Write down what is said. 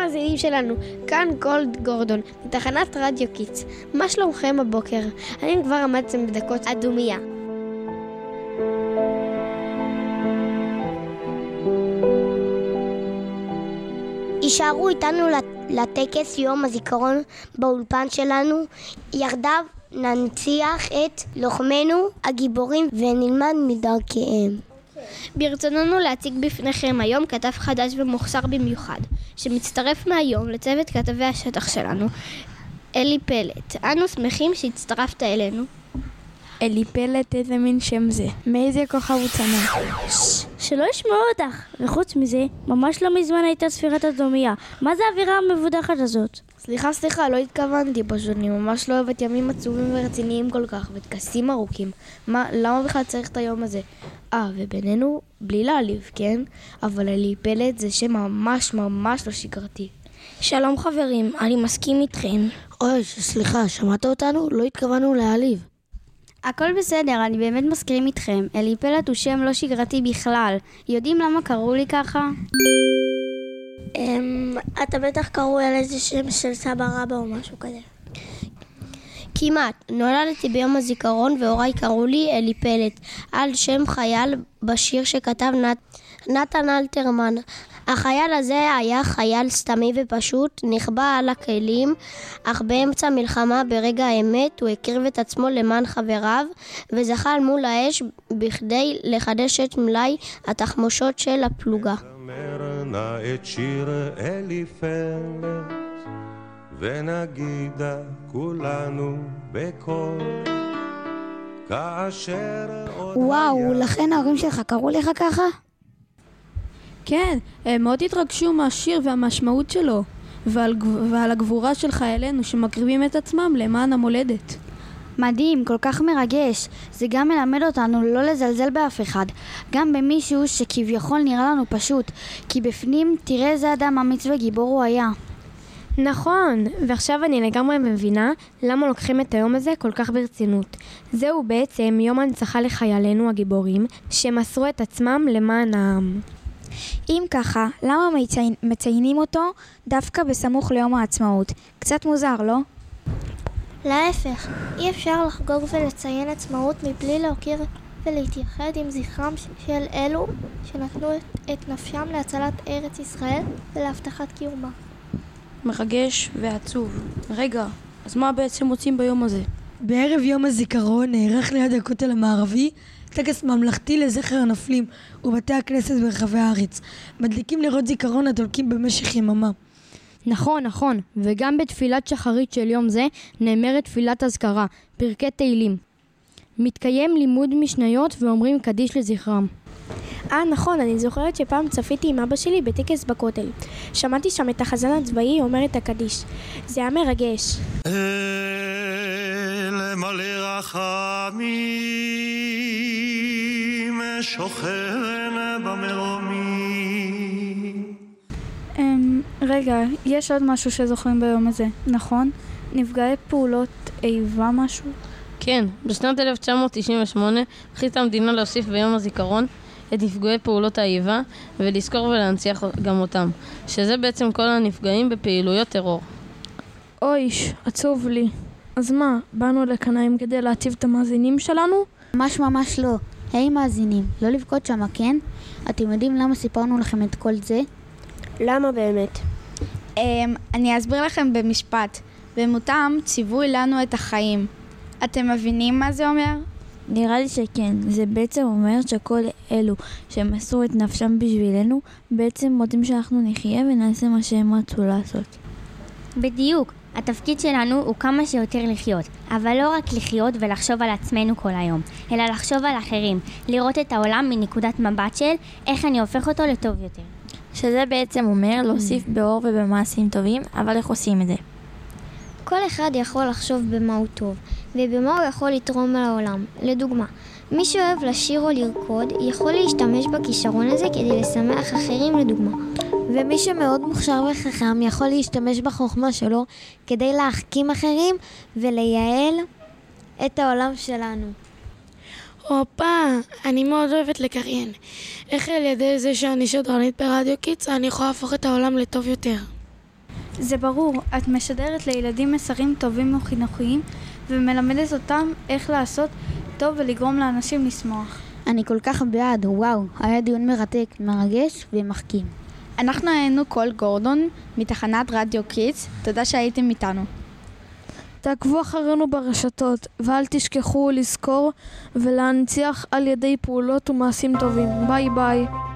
המאזינים שלנו, כאן גולד גורדון, מתחנת רדיו קיטס. מה שלומכם הבוקר? האם כבר עמדתם בדקות הדומייה? יישארו איתנו לטקס יום הזיכרון באולפן שלנו. יחדיו ננציח את לוחמינו הגיבורים ונלמד מדרכיהם. ברצוננו להציג בפניכם היום כתב חדש ומוכשר במיוחד, שמצטרף מהיום לצוות כתבי השטח שלנו, אלי פלט. אנו שמחים שהצטרפת אלינו. אלי פלט, איזה מין שם זה? מאיזה כוכב הוא צמח? שלא ישמעו אותך. וחוץ מזה, ממש לא מזמן הייתה ספירת הדומייה. מה זה האווירה המבודחת הזאת? סליחה, לא התכוונתי פשוט. אני ממש לא אוהבת ימים עצובים ורציניים כל כך, וטקסים ארוכים. למה בכלל צריך את היום הזה? ובינינו, בלי להעליב, כן? אבל אלי פלט זה שם ממש לא שגרתי. שלום חברים, אני מסכים איתכם. אוי, סליחה, שמעת אותנו? לא התכוונו להעליב. הכל בסדר, אני באמת מסכים איתכם. אלי פלט הוא שם לא שגרתי בכלל. יודעים למה קראו לי ככה? אתה בטח קראו על איזה שם של סבא רבא או משהו כזה. כמעט. נולדתי ביום הזיכרון והוריי קראו לי אלי פלט, על שם חייל בשיר שכתב נתן אלתרמן. החייל הזה היה חייל סתמי ופשוט, נכבה על הכלים, אך באמצע מלחמה ברגע האמת הוא הקריב את עצמו למען חבריו וזחל מול האש בכדי לחדש את מלאי התחמושות של הפלוגה. נא את שיר אלי פלט ונגידה כולנו בקול כאשר וואו, לכן ההורים שלך קראו לך ככה? כן, הם מאוד התרגשו מהשיר והמשמעות שלו ועל הגבורה של חיילינו שמקריבים את עצמם למען המולדת. מדהים, כל כך מרגש. זה גם מלמד אותנו לא לזלזל באף אחד, גם במישהו שכביכול נראה לנו פשוט, כי בפנים תראה איזה אדם אמיץ וגיבור הוא היה. נכון, ועכשיו אני לגמרי מבינה למה לוקחים את היום הזה כל כך ברצינות. זהו בעצם יום הנצחה לחיילינו הגיבורים שמסרו את עצמם למען העם. אם ככה, למה מציינים אותו דווקא בסמוך ליום העצמאות? קצת מוזר, לא? להפך, אי אפשר לחגוג ולציין עצמאות מבלי להוקיר ולהתייחד עם זכרם של אלו שנתנו את נפשם להצלת ארץ ישראל ולהבטחת קיומה. מרגש ועצוב. רגע, אז מה בעצם מוצאים ביום הזה? בערב יום הזיכרון נערך ליד הכותל המערבי טקס ממלכתי לזכר הנופלים ובתי הכנסת ברחבי הארץ. מדליקים נרות זיכרון הדולקים במשך יממה. נכון, וגם בתפילת שחרית של יום זה נאמרת תפילת אזכרה, פרקי תהילים. מתקיים לימוד משניות ואומרים קדיש לזכרם. נכון, אני זוכרת שפעם צפיתי עם אבא שלי בטקס בכותל. שמעתי שם את החזן הצבאי אומר את הקדיש. זה היה מרגש. מלא רחמים שוכן במרומים. רגע, יש עוד משהו שזוכרים ביום הזה, נכון? נפגעי פעולות איבה משהו? כן, בשנת 1998 החליטה המדינה להוסיף ביום הזיכרון את נפגעי פעולות האיבה ולזכור ולהנציח גם אותם, שזה בעצם כל הנפגעים בפעילויות טרור. אויש, עצוב לי. אז מה, באנו לכאן כדי להציב את המאזינים שלנו? ממש לא. היי מאזינים, לא לבכות שמה, כן? אתם יודעים למה סיפרנו לכם את כל זה? למה באמת? אני אסביר לכם במשפט. במותם ציווי לנו את החיים. אתם מבינים מה זה אומר? נראה לי שכן. זה בעצם אומר שכל אלו שמסרו את נפשם בשבילנו בעצם רוצים שאנחנו נחיה ונעשה מה שהם רצו לעשות. בדיוק. התפקיד שלנו הוא כמה שיותר לחיות, אבל לא רק לחיות ולחשוב על עצמנו כל היום, אלא לחשוב על אחרים, לראות את העולם מנקודת מבט של איך אני הופך אותו לטוב יותר. שזה בעצם אומר להוסיף באור ובמעשים טובים, אבל איך עושים את זה? כל אחד יכול לחשוב במה הוא טוב, ובמה הוא יכול לתרום לעולם. לדוגמה, מי שאוהב לשיר או לרקוד, יכול להשתמש בכישרון הזה כדי לשמח אחרים לדוגמה. ומי שמאוד מוכשר וחכם יכול להשתמש בחוכמה שלו כדי להחכים אחרים ולייעל את העולם שלנו. אני מאוד אוהבת לקריין. איך על ידי זה שאני שדרנית ברדיו קיטס אני יכולה להפוך את העולם לטוב יותר? זה ברור, את משדרת לילדים מסרים טובים וחינוכיים ומלמדת אותם איך לעשות טוב ולגרום לאנשים לשמוח. אני כל כך בעד, וואו, היה דיון מרתק, מרגש ומחכים. אנחנו היינו קול גורדון מתחנת רדיו קידס, תודה שהייתם איתנו. תעקבו אחרינו ברשתות, ואל תשכחו לזכור ולהנציח על ידי פעולות ומעשים טובים. ביי ביי.